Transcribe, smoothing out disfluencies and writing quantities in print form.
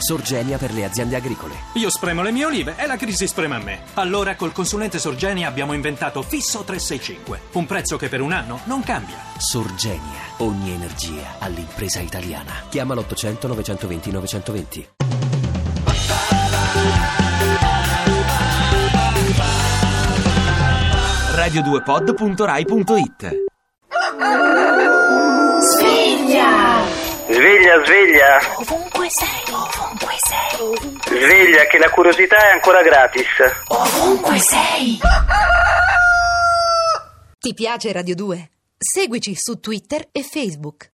Sorgenia per le aziende agricole. Io spremo le mie olive e la crisi sprema me. Allora col consulente Sorgenia abbiamo inventato Fisso 365. Un prezzo che per un anno non cambia. Sorgenia. Ogni energia all'impresa italiana. Chiama l'800 920 920. radio2pod.rai.it. Sveglia! Sveglia, sveglia. Ovunque sei. Sveglia, che la curiosità è ancora gratis. Ovunque sei. Ti piace Radio 2? Seguici su Twitter e Facebook.